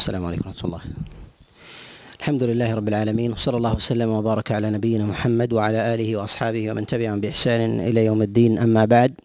السلام عليكم ورحمة الله. الحمد لله رب العالمين، وصلى الله وسلم وبارك على نبينا محمد وعلى آله وأصحابه ومن تبعهم بإحسان إلى يوم الدين. أما بعد،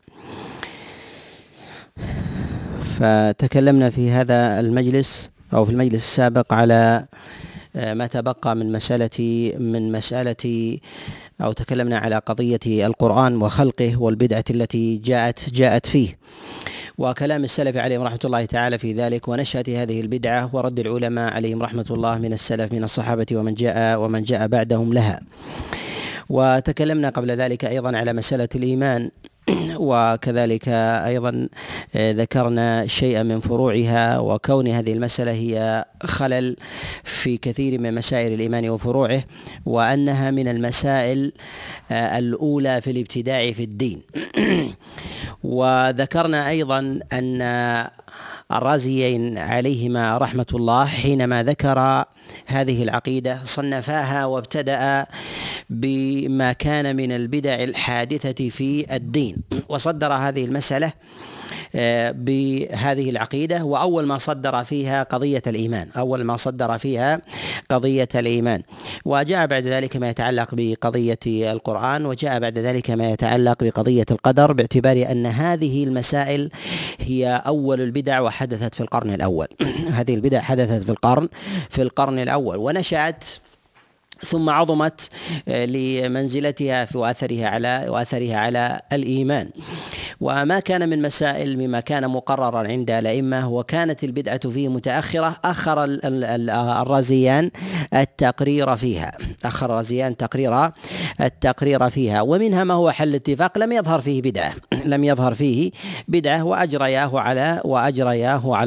فتكلمنا في هذا المجلس أو في المجلس السابق على ما تبقى من مسألة أو تكلمنا على قضية القرآن وخلقه والبدعة التي جاءت فيه، وكلام السلف عليهم رحمة الله تعالى في ذلك، ونشأة هذه البدعة، ورد العلماء عليهم رحمة الله من السلف من الصحابة ومن جاء بعدهم لها. وتكلمنا قبل ذلك أيضا على مسألة الإيمان، وكذلك أيضا ذكرنا شيئا من فروعها، وكون هذه المسألة هي خلل في كثير من مسائل الإيمان وفروعه، وأنها من المسائل الأولى في الابتداع في الدين. وذكرنا أيضا أن الرازيين عليهما رحمة الله حينما ذكر هذه العقيدة صنفاها وابتدأ بما كان من البدع الحادثة في الدين، وصدر هذه المسألة بهذه العقيدة. وأول ما صدر فيها قضية الإيمان، وجاء بعد ذلك ما يتعلق بقضية القرآن، وجاء بعد ذلك ما يتعلق بقضية القدر، باعتبار أن هذه المسائل هي أول البدع وحدثت في القرن الأول. هذه البدع حدثت في القرن الأول، ونشأت ثم عظمت لمنزلتها في وأثرها على الإيمان. وما كان من مسائل مما كان مقررا عند الأئمة وكانت البدعة فيه متأخرة، أخر الرازيان التقرير فيها، ومنها ما هو حل اتفاق لم يظهر فيه بدعة وأجرياه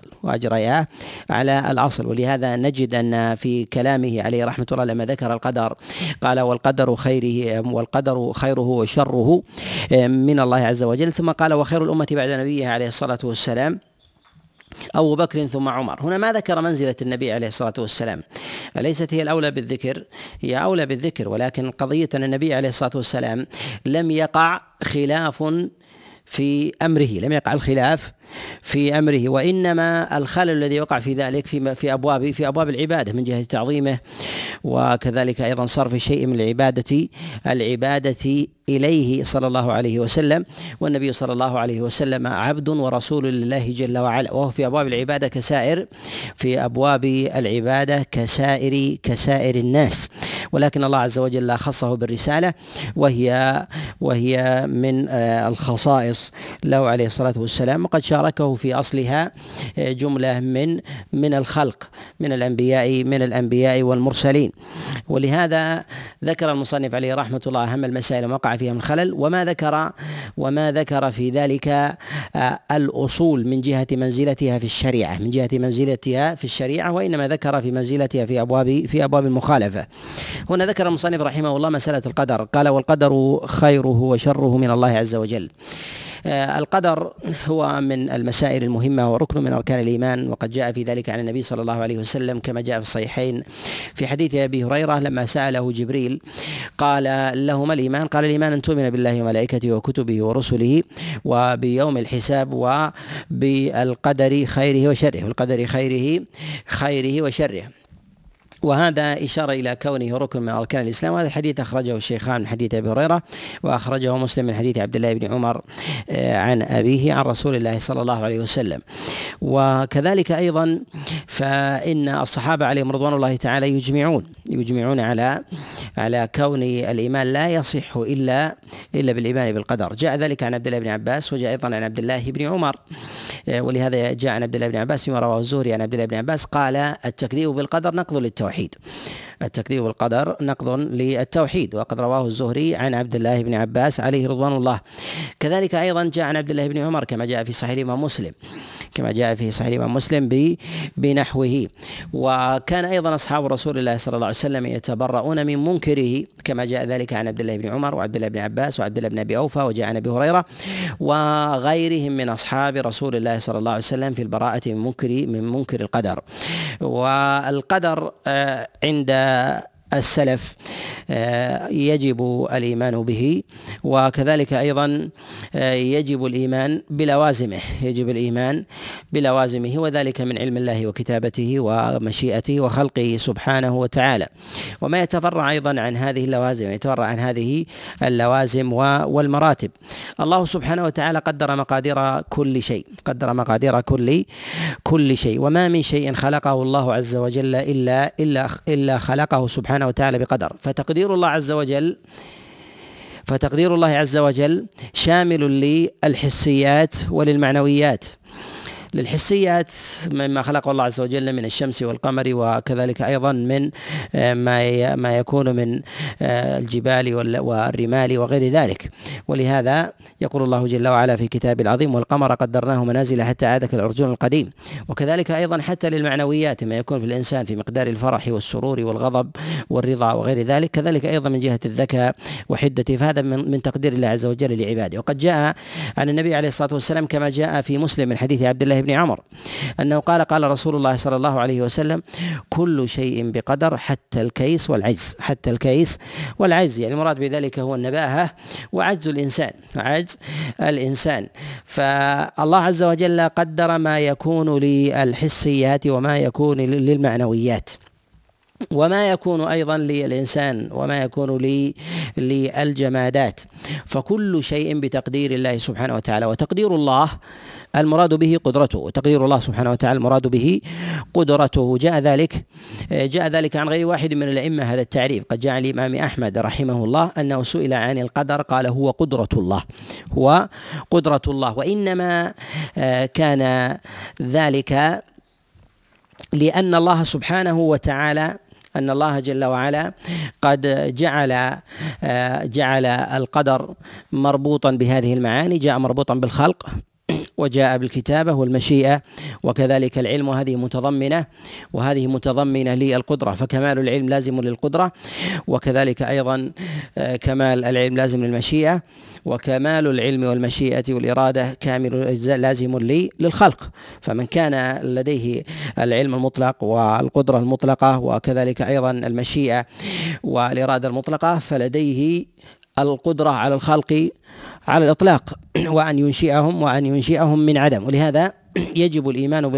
على الأصل. ولهذا نجد أن في كلامه عليه رحمة الله لما ذكر القدر قال: والقدر خيره وشره من الله عز وجل، ثم قال: وخير الأمة بعد نبيه عليه الصلاة والسلام أبو بكر ثم عمر. هنا ما ذكر منزلة النبي عليه الصلاة والسلام، ليست هي الأولى بالذكر، هي أولى بالذكر، ولكن قضية النبي عليه الصلاة والسلام لم يقع خلاف في أمره، وإنما الخلل الذي وقع في ذلك في أبواب العبادة من جهة تعظيمه، وكذلك أيضا صرف شيء من العبادة إليه صلى الله عليه وسلم. والنبي صلى الله عليه وسلم عبد ورسول لله جل وعلا، وهو في أبواب العبادة كسائر الناس، ولكن الله عز وجل خصه بالرسالة، وهي من الخصائص له عليه الصلاة والسلام، وقد شاركه في أصلها جملة من الخلق من الأنبياء والمرسلين. ولهذا ذكر المصنف عليه رحمة الله أهم المسائل وقع فيها من خلل، وما ذكر في ذلك الأصول من جهة منزلتها في الشريعة، وإنما ذكر في منزلتها في أبواب المخالفة. هنا ذكر المصنف رحمه الله مسألة القدر، قال: والقدر خيره وشره من الله عز وجل. القدر هو من المسائل المهمة وركن من أركان الإيمان، وقد جاء في ذلك عن النبي صلى الله عليه وسلم كما جاء في الصحيحين في حديث أبي هريرة لما سأله جبريل قال له: ما الإيمان؟ قال: الإيمان أن تؤمن بالله وملائكته وكتبه ورسله وبيوم الحساب وبالقدر خيره وشره. وهذا إشارة إلى كونه ركن من أركان الإسلام. وهذا الحديث أخرجه الشيخان من حديث أبي هريرة، وأخرجه مسلم من حديث عبد الله بن عمر عن أبيه عن رسول الله صلى الله عليه وسلم. وكذلك أيضا فإن الصحابة عليهم رضوان الله تعالى يجمعون على كون الإيمان لا يصح إلا بالإيمان بالقدر. جاء ذلك عن عبد الله بن عباس، وجاء أيضا عن عبد الله بن عمر، ولهذا جاء عن عبد الله بن عباس فيما رواه الزهري عن عبد الله بن عباس قال: التكذيب بالقدر نقض للتوحيد، وقد رواه الزهري عن عبد الله بن عباس عليه رضوان الله. كذلك أيضا جاء عن عبد الله بن عمر كما جاء في صحيح الإمام مسلم بنحوه. وكان أيضا أصحاب رسول الله صلى الله عليه وسلم يتبرؤون من منكره، كما جاء ذلك عن عبد الله بن عمر وعبد الله بن عباس وعبد الله بن أبي أوفى، وجاء عن أبي هريرة وغيرهم من أصحاب رسول الله صلى الله عليه وسلم في البراءة من منكر القدر. والقدر عند السلف يجب الإيمان به، وكذلك أيضا يجب الإيمان بلوازمه، وذلك من علم الله وكتابته ومشيئته وخلقه سبحانه وتعالى. وما يتفرع أيضا عن هذه اللوازم يتفرع عن هذه اللوازم والمراتب. الله سبحانه وتعالى قدر مقادير كل شيء، وما من شيء خلقه الله عز وجل إلا خلقه سبحانه وتعالى بقدر. فتقدير الله عز وجل شامل للحسيات وللمعنويات. للحسيات مما خلقه الله عز وجل من الشمس والقمر، وكذلك أيضا من ما يكون من الجبال والرمال وغير ذلك. ولهذا يقول الله جل وعلا في كتابه العظيم: والقمر قدرناه منازل حتى عاد كالعرجون القديم. وكذلك أيضا حتى للمعنويات ما يكون في الإنسان في مقدار الفرح والسرور والغضب والرضا وغير ذلك، كذلك أيضا من جهة الذكاء وحدته، فهذا من تقدير الله عز وجل لعباده. وقد جاء عن النبي عليه الصلاة والسلام كما جاء في مسلم من حديث عبد الله بن عمر أنه قال رسول الله صلى الله عليه وسلم: كل شيء بقدر حتى الكيس والعجز. يعني المراد بذلك هو النباهة وعجز الإنسان. فالله عز وجل قدر ما يكون للحسيات وما يكون للمعنويات، وما يكون أيضا للإنسان وما يكون للجمادات، فكل شيء بتقدير الله سبحانه وتعالى. وتقدير الله المراد به قدرته، وتقدير الله سبحانه وتعالى المراد به قدرته. جاء ذلك عن غير واحد من الأئمة هذا التعريف. قد جاء الإمام أحمد رحمه الله أنه سئل عن القدر قال: هو قدرة الله. وإنما كان ذلك لأن الله سبحانه وتعالى أن الله جل وعلا قد جعل القدر مربوطا بهذه المعاني، جاء مربوطا بالخلق، وجاء بالكتابة والمشيئة، وكذلك العلم، وهذه متضمنة للقدرة. فكمال العلم لازم للقدرة، وكذلك أيضا كمال العلم لازم للمشيئة، وكمال العلم والمشيئة والإرادة كامل لازم للخلق. فمن كان لديه العلم المطلق والقدرة المطلقة وكذلك أيضا المشيئة والإرادة المطلقة فلديه القدرة على الخلق على الإطلاق، وأن ينشئهم من عدم. ولهذا يجب الإيمان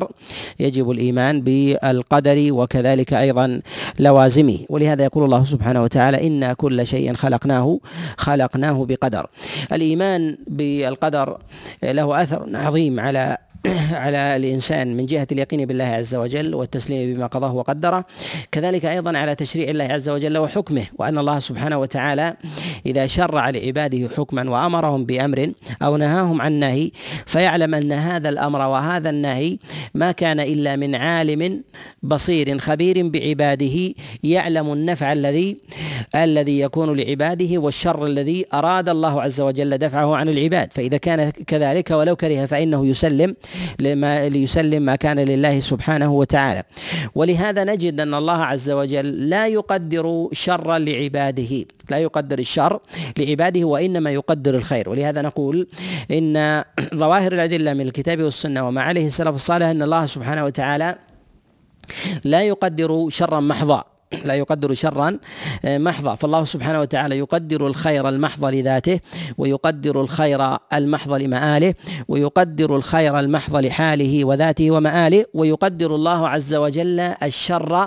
بالقدر وكذلك أيضا لوازمه. ولهذا يقول الله سبحانه وتعالى: إنا كل شيء خلقناه بقدر. الإيمان بالقدر له أثر عظيم على الإنسان من جهة اليقين بالله عز وجل والتسليم بما قضاه وقدره، كذلك أيضا على تشريع الله عز وجل وحكمه، وأن الله سبحانه وتعالى إذا شرع لعباده حكما وأمرهم بأمر أو نهاهم عن نهي، فيعلم أن هذا الأمر وهذا النهي ما كان إلا من عالم بصير خبير بعباده، يعلم النفع الذي يكون لعباده والشر الذي أراد الله عز وجل دفعه عن العباد. فإذا كان كذلك ولو كره فإنه ليسلم ما كان لله سبحانه وتعالى. ولهذا نجد أن الله عز وجل لا يقدر شرا لعباده، لا يقدر الشر لعباده، وإنما يقدر الخير. ولهذا نقول إن ظواهر الأدلة من الكتاب والسنة وما عليه السلف الصالح أن الله سبحانه وتعالى لا يقدر شرا محضا، فالله سبحانه وتعالى يقدر الخير المحض لذاته، ويقدر الخير المحض لمآله، ويقدر الخير المحض لحاله وذاته ومآله، ويقدر الله عز وجل الشر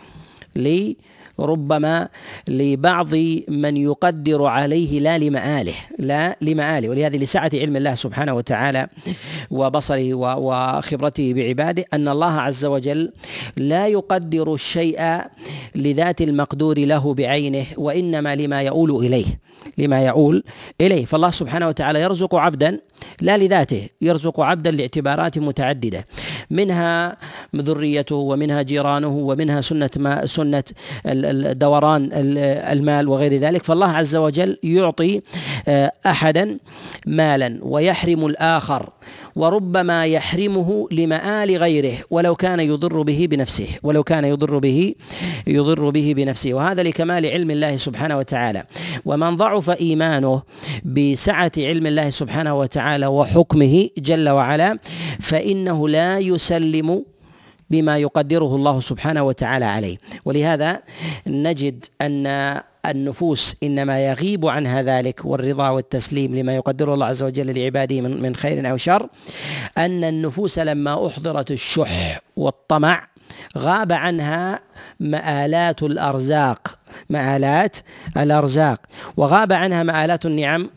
ربما لبعض من يقدر عليه لا لمآله. ولهذا لسعة علم الله سبحانه وتعالى وبصره وخبرته بعباده أن الله عز وجل لا يقدر الشيء لذات المقدور له بعينه، وإنما لما يؤول إليه. فالله سبحانه وتعالى يرزق عبدا لا لذاته، يرزق عبدا لاعتبارات متعددة، منها ذريته ومنها جيرانه ومنها سنة دوران المال وغير ذلك. فالله عز وجل يعطي أحدا مالا ويحرم الآخر، وربما يحرمه لمآل غيره ولو كان يضر به بنفسه، وهذا لكمال علم الله سبحانه وتعالى. ومن ضعف إيمانه بسعة علم الله سبحانه وتعالى وحكمه جل وعلا فإنه لا يسلم بما يقدره الله سبحانه وتعالى عليه. ولهذا نجد أن النفوس إنما يغيب عنها ذلك والرضا والتسليم لما يقدره الله عز وجل لعباده من خير أو شر، أن النفوس لما أحضرت الشح والطمع غاب عنها مآلات الأرزاق، وغاب عنها مآلات النعم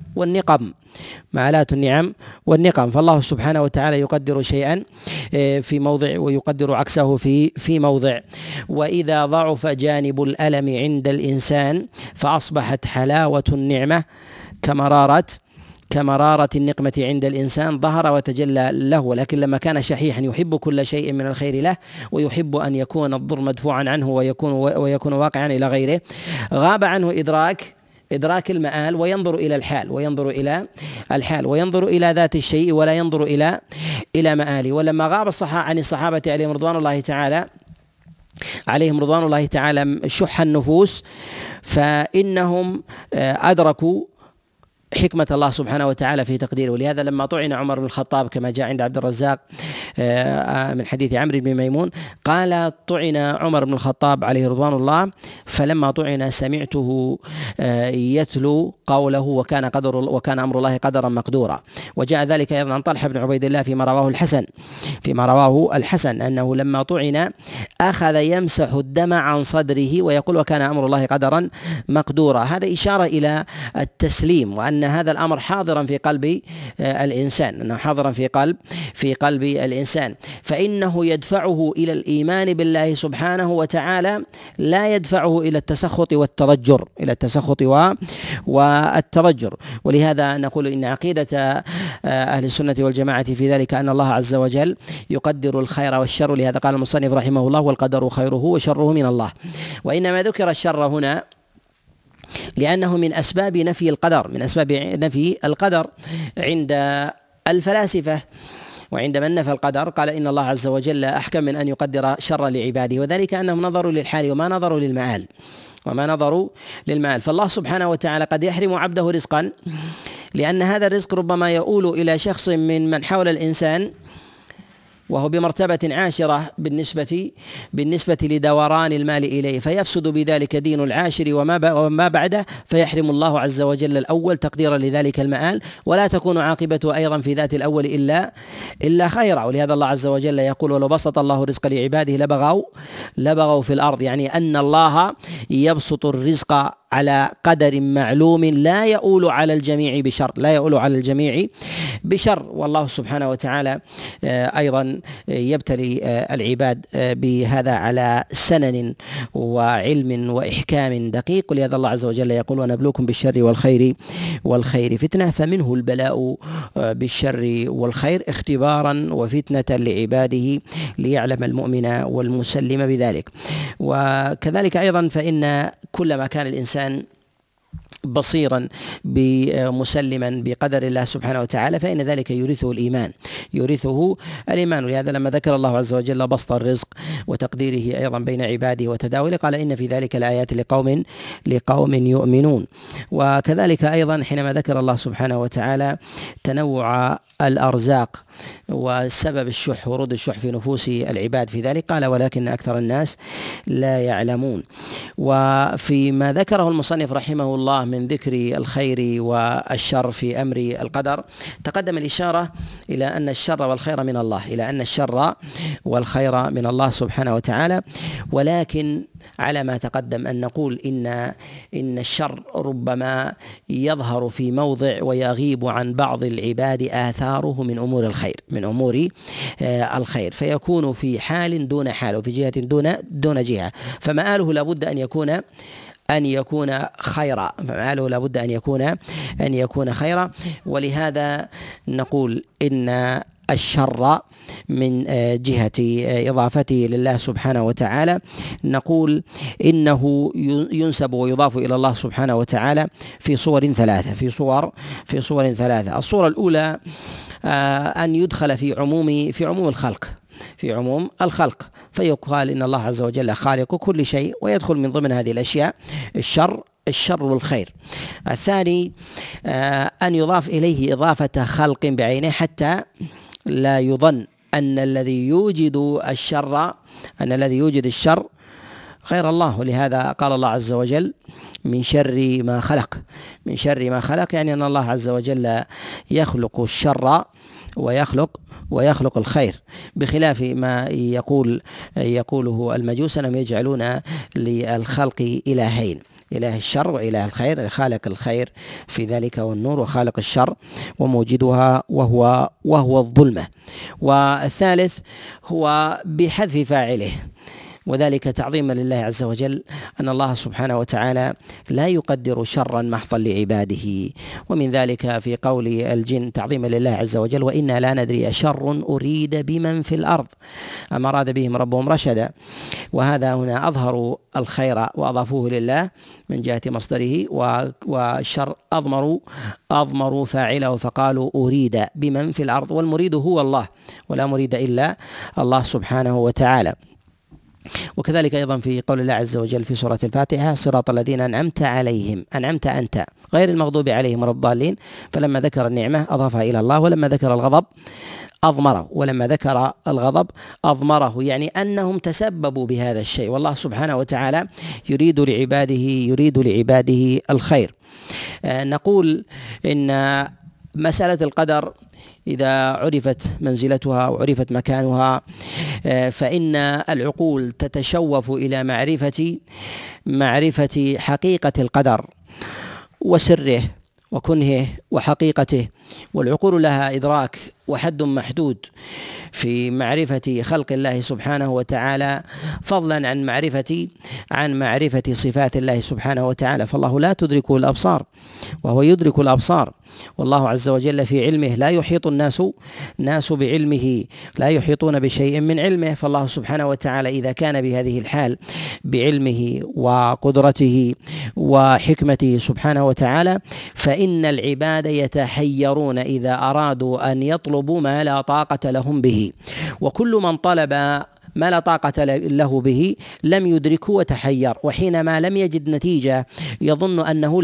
والنقم. فالله سبحانه وتعالى يقدر شيئا في موضع ويقدر عكسه في موضع. وإذا ضعف جانب الألم عند الإنسان فأصبحت حلاوة النعمة كمرارة النقمة عند الإنسان ظهر وتجلى له. ولكن لما كان شحيحا يحب كل شيء من الخير له ويحب أن يكون الضر مدفوعا عنه ويكون واقعا إلى غيره، غاب عنه إدراك المآل وينظر إلى الحال وينظر إلى ذات الشيء ولا ينظر إلى مآله. ولما غاب عن الصحابة عليهم رضوان الله تعالى شح النفوس، فإنهم أدركوا حكمة الله سبحانه وتعالى في تقديره. ولهذا لما طعن عمر بن الخطاب كما جاء عند عبد الرزاق من حديث عمرو بن ميمون قال: طعن عمر بن الخطاب عليه رضوان الله، فلما طعن سمعته يتلو قوله وكان أمر الله قدرا مقدورا. وجاء ذلك أيضا عن طلحة بن عبيد الله فيما رواه الحسن أنه لما طعن أخذ يمسح الدم عن صدره ويقول: وكان أمر الله قدرا مقدورا. هذا إشارة إلى التسليم، وأن هذا الأمر حاضرا في قلب الإنسان، أنه حاضرا في قلب الإنسان، فإنه يدفعه إلى الإيمان بالله سبحانه وتعالى، لا يدفعه إلى التسخط والتضجر. ولهذا نقول إن عقيدة أهل السنة والجماعة في ذلك أن الله عز وجل يقدر الخير والشر. لهذا قال المصنف رحمه الله: والقدر خيره وشره من الله. وإنما ذكر الشر هنا لأنه من أسباب نفي القدر عند الفلاسفة. وعند من نفى القدر قال إن الله عز وجل أحكم من أن يقدر شرا لعباده، وذلك أنهم نظروا للحال وما نظروا للمآل. فالله سبحانه وتعالى قد يحرم عبده رزقا لأن هذا الرزق ربما يؤول إلى شخص من حول الإنسان وهو بمرتبة عاشرة بالنسبة لدوران المال إليه، فيفسد بذلك دين العاشر وما بعده، فيحرم الله عز وجل الأول تقديرا لذلك المآل، ولا تكون عاقبته أيضا في ذات الأول إلا خيرا. ولهذا الله عز وجل يقول: ولو بسط الله الرزق لعباده لبغوا في الأرض، يعني أن الله يبسط الرزق على قدر معلوم لا يؤول على الجميع بشر. والله سبحانه وتعالى أيضا يبتلي العباد بهذا على سنن وعلم وإحكام دقيق. ولهذا الله عز وجل يقول: ونبلوكم بالشر والخير فتنة. فمنه البلاء بالشر والخير اختبارا وفتنة لعباده ليعلم المؤمن والمسلم بذلك. وكذلك أيضا فإن كلما كان الإنسان بصيرا مسلما بقدر الله سبحانه وتعالى فإن ذلك يورثه الإيمان. ولهذا لما ذكر الله عز وجل بسط الرزق وتقديره أيضا بين عباده وتداوله قال: إن في ذلك الآيات لقوم يؤمنون. وكذلك أيضا حينما ذكر الله سبحانه وتعالى تنوع الأرزاق وسبب الشح ورود الشح في نفوس العباد في ذلك قال: ولكن أكثر الناس لا يعلمون. وفيما ذكره المصنف رحمه الله من ذكر الخير والشر في أمر القدر تقدم الإشارة إلى أن الشر والخير من الله سبحانه وتعالى. ولكن على ما تقدم أن نقول إن الشر ربما يظهر في موضع ويغيب عن بعض العباد آثاره من أمور الخير، فيكون في حال دون حال وفي جهة دون جهة، فمآله لابد أن يكون خيرا. ولهذا نقول إن الشر من جهة إضافته لله سبحانه وتعالى نقول إنه ينسب ويضاف إلى الله سبحانه وتعالى في صور ثلاثة. الصورة الأولى أن يدخل في عموم الخلق فيقال إن الله عز وجل خالق كل شيء، ويدخل من ضمن هذه الأشياء الشر والخير. الثاني أن يضاف إليه إضافة خلق بعينه حتى لا يظن أن الذي يوجد الشر غير الله. ولهذا قال الله عز وجل من شر ما خلق. من شر ما خلق يعني أن الله عز وجل يخلق الشر ويخلق الخير، بخلاف ما يقوله المجوس أنهم يجعلون للخلق إلهين، إله الشر وإله الخير، خالق الخير في ذلك والنور، وخالق الشر وموجدها وهو الظلمة. والثالث هو بحذف فاعله، وذلك تعظيما لله عز وجل، أن الله سبحانه وتعالى لا يقدر شرا محضا لعباده. ومن ذلك في قول الجن تعظيما لله عز وجل: وإنا لا ندري أشر أريد بمن في الأرض أم أراد بهم ربهم رشدا. وهذا هنا أظهروا الخير وأضافوه لله من جهة مصدره، والشر أضمروا فاعله فقالوا أريد بمن في الأرض، والمريد هو الله ولا مريد إلا الله سبحانه وتعالى. وكذلك أيضا في قول الله عز وجل في سورة الفاتحة: صراط الذين أنعمت عليهم، أنعمت أنت غير المغضوب عليهم ولا الضالين. فلما ذكر النعمة أضافها إلى الله، ولما ذكر الغضب أضمره، يعني أنهم تسببوا بهذا الشيء، والله سبحانه وتعالى يريد لعباده الخير. نقول إن مسألة القدر إذا عرفت منزلتها وعرفت مكانها، فإن العقول تتشوف إلى معرفة حقيقة القدر وسره وكنهه وحقيقته، والعقول لها إدراك وحد محدود في معرفة خلق الله سبحانه وتعالى، فضلا عن معرفة صفات الله سبحانه وتعالى. فالله لا تدركه الأبصار وهو يدرك الأبصار، والله عز وجل في علمه لا يحيط الناس بعلمه، لا يحيطون بشيء من علمه. فالله سبحانه وتعالى إذا كان بهذه الحال بعلمه وقدرته وحكمته سبحانه وتعالى، فإن العباد يتحيرون إذا أرادوا أن يطلبوا ما لا طاقة لهم به، وكل من طلب ما لا طاقة له به لم يدركه وتحير، وحينما لم يجد نتيجة يظن أنه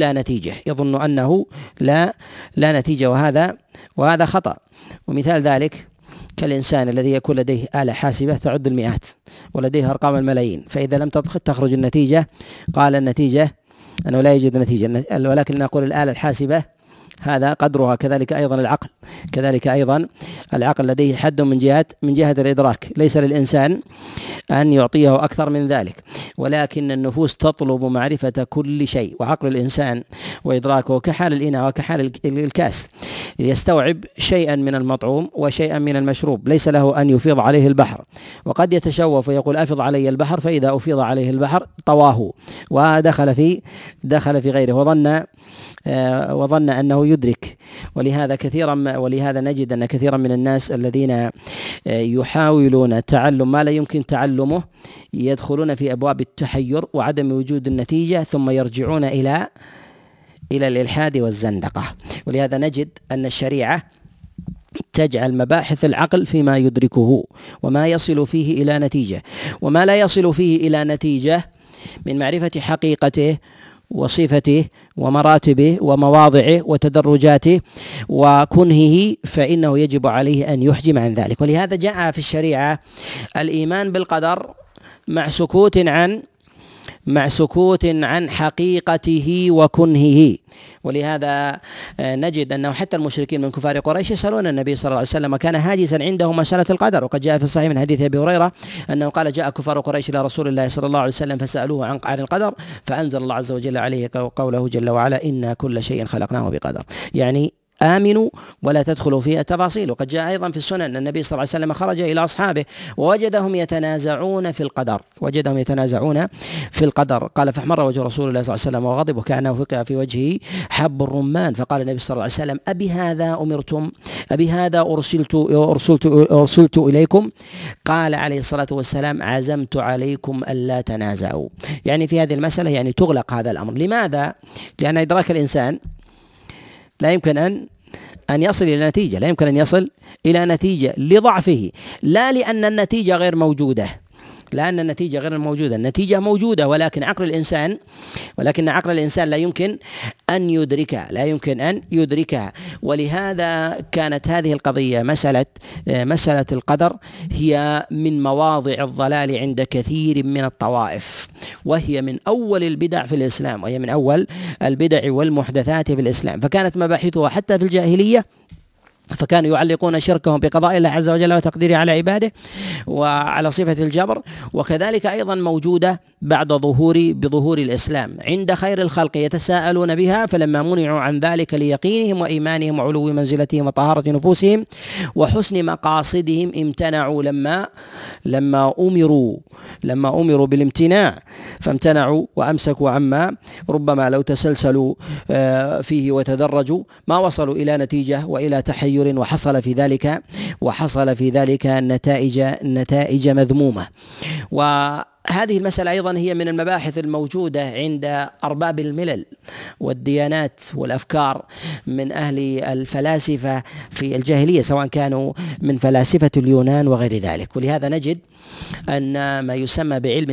لا نتيجة، وهذا خطأ. ومثال ذلك كالإنسان الذي يكون لديه آلة حاسبة تعد المئات ولديه أرقام الملايين، فإذا لم تخرج النتيجة قال النتيجة أنه لا يوجد نتيجة، ولكن نقول الآلة الحاسبة هذا قدرها. كذلك أيضا العقل لديه حد من جهة الإدراك، ليس للإنسان أن يعطيه أكثر من ذلك، ولكن النفوس تطلب معرفة كل شيء، وعقل الإنسان وإدراكه كحال الإناء وكحال الكاس، يستوعب شيئا من المطعوم وشيئا من المشروب، ليس له أن يفيض عليه البحر، وقد يتشوف ويقول أفض علي البحر، فإذا أفيض عليه البحر طواه ودخل في غيره وظن أنه يدرك. ولهذا نجد أن كثيرا من الناس الذين يحاولون تعلم ما لا يمكن تعلمه يدخلون في أبواب التحير وعدم وجود النتيجة، ثم يرجعون إلى الإلحاد والزندقة. ولهذا نجد أن الشريعة تجعل مباحث العقل فيما يدركه وما يصل فيه إلى نتيجة، وما لا يصل فيه إلى نتيجة من معرفة حقيقته وصفته ومراتبه ومواضعه وتدرجاته وكنهه، فإنه يجب عليه أن يحجم عن ذلك. ولهذا جاء في الشريعة الإيمان بالقدر مع سكوت عن حقيقته وكنهه. ولهذا نجد أنه حتى المشركين من كفار قريش يسألون النبي صلى الله عليه وسلم، كان هاجسا عنده مسألة القدر. وقد جاء في الصحيح من حديث أبي هريرة أنه قال: جاء كفار قريش إلى رسول الله صلى الله عليه وسلم فسألوه عن القدر، فأنزل الله عز وجل عليه قوله جل وعلا: إنا كل شيء خلقناه بقدر، يعني آمنوا ولا تدخلوا فيها تفاصيل. وقد جاء أيضا في السنن أن النبي صلى الله عليه وسلم خرج إلى أصحابه ووجدهم يتنازعون في القدر، قال: فاحمر وجه رسول الله صلى الله عليه وسلم وغضب وكأنه فقع في وجهه حب الرمان، فقال النبي صلى الله عليه وسلم: أبي هذا أمرتم؟ أبي هذا أرسلت إليكم؟ قال عليه الصلاة والسلام: عزمت عليكم ألا تنازعوا. يعني في هذه المسألة يعني تغلق هذا الأمر. لماذا؟ لأن إدراك الإنسان لا يمكن أن يصل إلى نتيجة، لضعفه، لا لأن النتيجة غير موجودة، لأن النتيجة غير موجودة. النتيجة موجودة ولكن عقل الإنسان لا يمكن أن يدركها. ولهذا كانت هذه القضية مسألة القدر هي من مواضع الضلال عند كثير من الطوائف، وهي من أول البدع في الإسلام، وهي من أول البدع والمحدثات في الإسلام. فكانت مباحثها حتى في الجاهلية، فكانوا يعلقون شركهم بقضاء الله عز وجل وتقديره على عباده وعلى صفة الجبر. وكذلك أيضا موجودة بعد بظهور الإسلام عند خير الخلق يتساءلون بها، فلما منعوا عن ذلك ليقينهم وإيمانهم وعلو منزلتهم وطهارة نفوسهم وحسن مقاصدهم امتنعوا لما أمروا بالامتناع فامتنعوا وأمسكوا عما ربما لو تسلسلوا فيه وتدرجوا ما وصلوا إلى نتيجة وإلى تحير، وحصل في ذلك نتائج مذمومة. وهذه المسألة أيضا هي من المباحث الموجودة عند أرباب الملل والديانات والأفكار من أهل الفلاسفة في الجاهلية، سواء كانوا من فلاسفة اليونان وغير ذلك. ولهذا نجد أن ما يسمى بعلم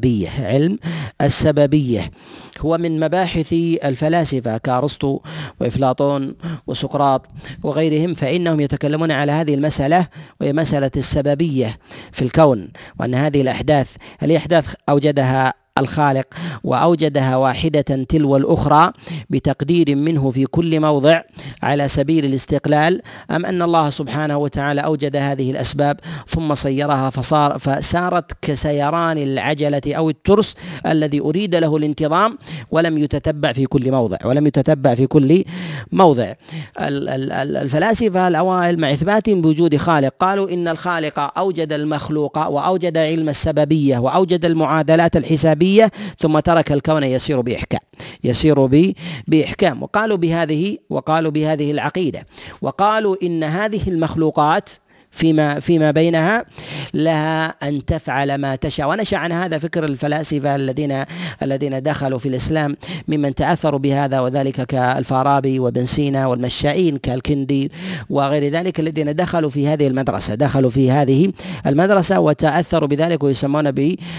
السببية هو من مباحث الفلاسفة كأرسطو وأفلاطون وسقراط وغيرهم، فإنهم يتكلمون على هذه المسألة، وهي مسألة السببية في الكون، وأن هذه الأحداث أوجدها الخالق وأوجدها واحدة تلو الأخرى بتقدير منه في كل موضع على سبيل الاستقلال، أم أن الله سبحانه وتعالى أوجد هذه الأسباب ثم صيرها فسارت كسيران العجلة أو الترس الذي أريد له الانتظام ولم يتتبع في كل موضع. الفلاسفة الأوائل مع إثباتهم بوجود خالق قالوا إن الخالق أوجد المخلوق وأوجد علم السببية وأوجد المعادلات الحسابية ثم ترك الكون يسير بإحكام. وقالوا بهذه العقيدة، وقالوا إن هذه المخلوقات فيما بينها لها أن تفعل ما تشاء. ونشأ عن هذا فكر الفلاسفة الذين دخلوا في الإسلام ممن تأثروا بهذا، وذلك كالفارابي وابن سينا والمشائين كالكندي وغير ذلك، الذين دخلوا في هذه المدرسة وتأثروا بذلك، ويسمون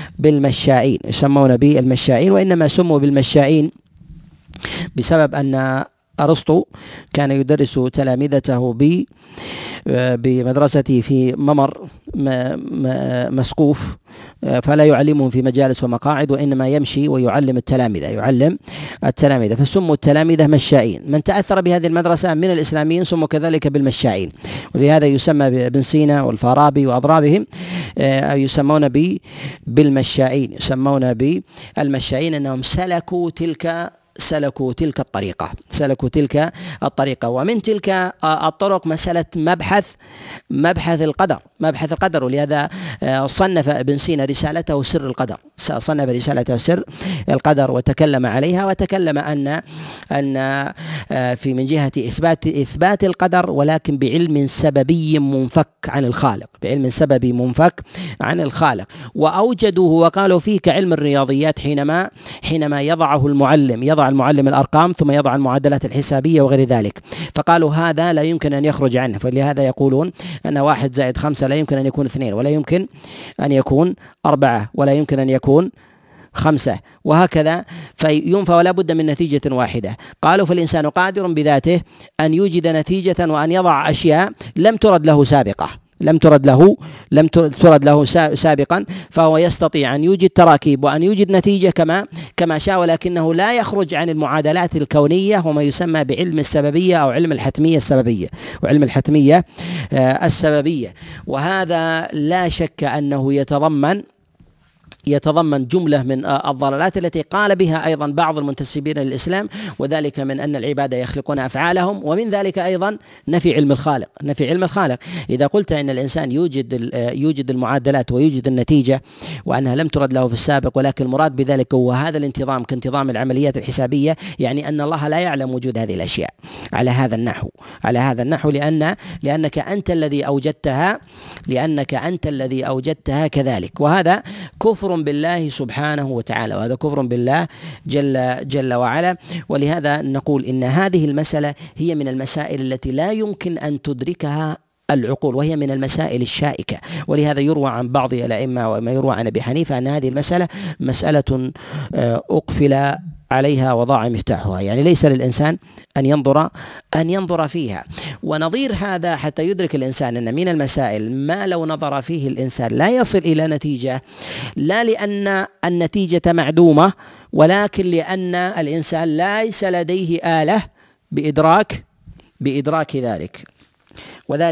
بالمشائين. وإنما سموا بالمشائين بسبب أن أرسطو كان يدرس تلامذته بمدرسته في ممر مسقوف، فلا يعلمهم في مجالس ومقاعد، وإنما يمشي ويعلم التلامذة، فسموا التلامذة مشائين. من تأثر بهذه المدرسة من الإسلاميين سموا كذلك بالمشائين. ولهذا يسمى بابن سينا والفارابي وأضرابهم يسمون بالمشائين أنهم سلكوا تلك الطريقة. ومن تلك الطرق مسألة مبحث القدر. ولهذا صنف ابن سينا رسالته سر القدر وتكلم عليها، وتكلم أن في من جهة إثبات القدر، ولكن بعلم سببي منفك عن الخالق. وأوجدوه وقالوا فيه كعلم الرياضيات حينما يضع المعلم الأرقام ثم يضع المعادلات الحسابية وغير ذلك، فقالوا هذا لا يمكن أن يخرج عنه. فلهذا يقولون أن 1 زائد 5 لا يمكن أن يكون 2، ولا يمكن أن يكون 4، ولا يمكن أن يكون 5، وهكذا فينفى ولا بد من نتيجة واحدة. قالوا فالإنسان قادر بذاته أن يوجد نتيجة وأن يضع أشياء لم ترد له سابقا، فهو يستطيع أن يوجد تراكيب وأن يوجد نتيجة كما شاء، ولكنه لا يخرج عن المعادلات الكونية، وما يسمى بعلم السببية أو علم الحتمية السببية. وهذا لا شك أنه يتضمن جملة من الضلالات التي قال بها أيضا بعض المنتسبين للإسلام، وذلك من أن العباد يخلقون أفعالهم، ومن ذلك أيضا نفي علم الخالق. إذا قلت أن الإنسان يوجد المعادلات ويوجد النتيجة وأنها لم ترد له في السابق، ولكن المراد بذلك هو هذا الانتظام كانتظام العمليات الحسابية، يعني أن الله لا يعلم وجود هذه الأشياء على هذا النحو لأنك أنت الذي أوجدتها كذلك. وهذا كفر بالله سبحانه وتعالى، وهذا كفر بالله جل وعلا. ولهذا نقول إن هذه المسألة هي من المسائل التي لا يمكن أن تدركها العقول، وهي من المسائل الشائكة. ولهذا يروى عن بعض الأئمة وما يروى عن أبي حنيفة أن هذه المسألة مسألة أقفل عليها وضاع مفتاحها، يعني ليس للإنسان أن ينظر فيها. ونظير هذا حتى يدرك الإنسان أن من المسائل ما لو نظر فيه الإنسان لا يصل إلى نتيجة، لا لأن النتيجة معدومة، ولكن لأن الإنسان ليس لديه آلة بإدراك ذلك. وذلك